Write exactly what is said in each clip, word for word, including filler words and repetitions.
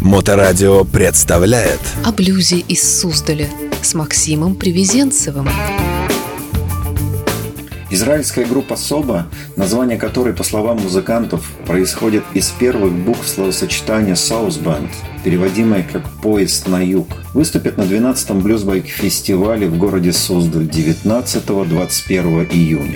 Моторадио представляет О блюзе из Суздаля с Максимом Привезенцевым. Израильская группа Соба, название которой, по словам музыкантов, происходит из первых букв словосочетания South Bend, переводимое как «поезд на юг», выступит на двенадцатом блюзбайк-фестивале в городе Суздаль девятнадцатого-двадцать первого июня.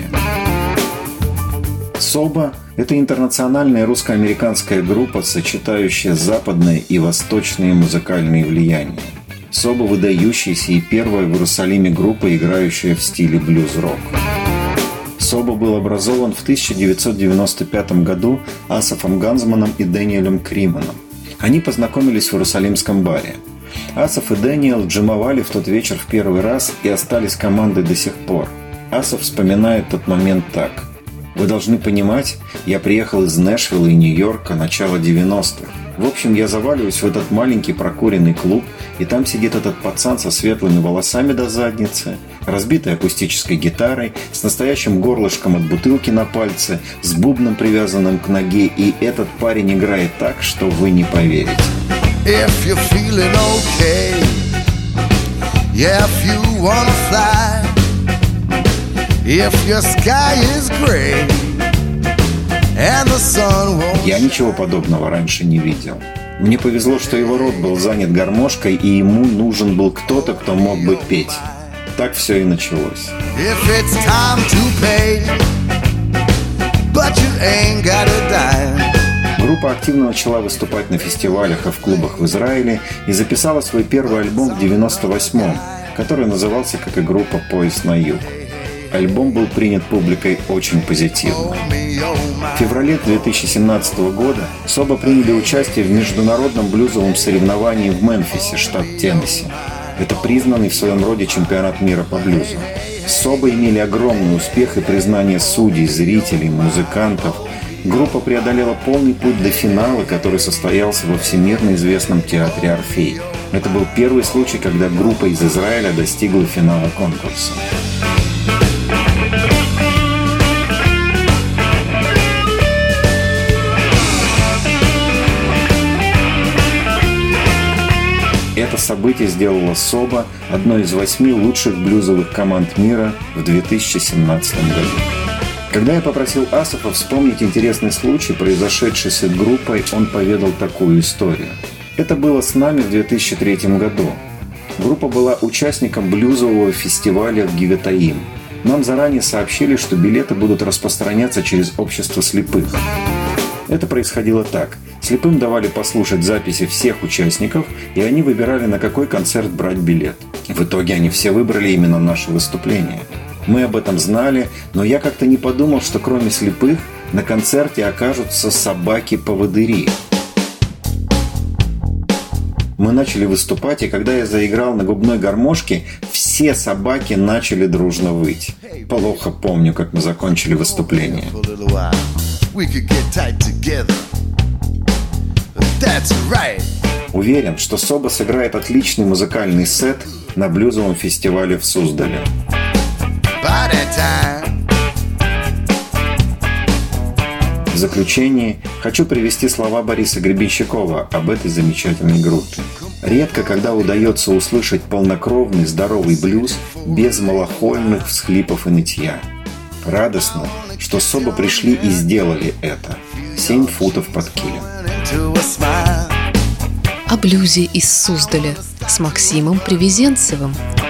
Соба – это интернациональная русско-американская группа, сочетающая западные и восточные музыкальные влияния. Соба – выдающаяся и первая в Иерусалиме группа, играющая в стиле блюз-рок. Соба был образован в тысяча девятьсот девяносто пятом году Асафом Ганзманом и Дэниелем Криманом. Они познакомились в Иерусалимском баре. Асаф и Дэниел джемовали в тот вечер в первый раз и остались командой до сих пор. Асаф вспоминает тот момент так. «Вы должны понимать, я приехал из Нэшвилла и Нью-Йорка начала девяностых. В общем, я заваливаюсь в этот маленький прокуренный клуб, и там сидит этот пацан со светлыми волосами до задницы, разбитой акустической гитарой, с настоящим горлышком от бутылки на пальце, с бубном, привязанным к ноге, и этот парень играет так, что вы не поверите». If you're feeling okay, yeah, if you wanna fly, if your sky is gray, and the sun won't... Я ничего подобного раньше не видел. Мне повезло, что его рот был занят гармошкой, и ему нужен был кто-то, кто мог бы петь. Так все и началось. If it's time to pay, but you ain't got a dime. Группа активно начала выступать на фестивалях и в клубах в Израиле и записала свой первый альбом в девяносто восьмом, который назывался, как и группа, «Поезд на юг». Альбом был принят публикой очень позитивно. В феврале две тысячи семнадцатого года Соба приняли участие в международном блюзовом соревновании в Мемфисе, штат Теннесси. Это признанный в своем роде чемпионат мира по блюзу. Соба имели огромный успех и признание судей, зрителей, музыкантов. Группа преодолела полный путь до финала, который состоялся во всемирно известном театре «Орфей». Это был первый случай, когда группа из Израиля достигла финала конкурса. Это событие сделало Соба одной из восьми лучших блюзовых команд мира в две тысячи семнадцатом году. Когда я попросил Асафа вспомнить интересный случай, произошедший с их группой, он поведал такую историю. Это было с нами в две тысячи третьем году. Группа была участником блюзового фестиваля в Гиватаим. Нам заранее сообщили, что билеты будут распространяться через общество слепых. Это происходило так. Слепым давали послушать записи всех участников, и они выбирали, на какой концерт брать билет. В итоге они все выбрали именно наше выступление. Мы об этом знали, но я как-то не подумал, что кроме слепых на концерте окажутся собаки-поводыри. Мы начали выступать, и когда я заиграл на губной гармошке, все собаки начали дружно выть. Плохо помню, как мы закончили выступление. Уверен, что Соба сыграет отличный музыкальный сет на блюзовом фестивале в Суздале. В заключение хочу привести слова Бориса Гребенщикова об этой замечательной группе. Редко когда удается услышать полнокровный здоровый блюз без малохольных всхлипов и нытья. Радостно, что Соба пришли и сделали это. Семь футов под килем. О блюзе из Суздаля с Максимом Привезенцевым.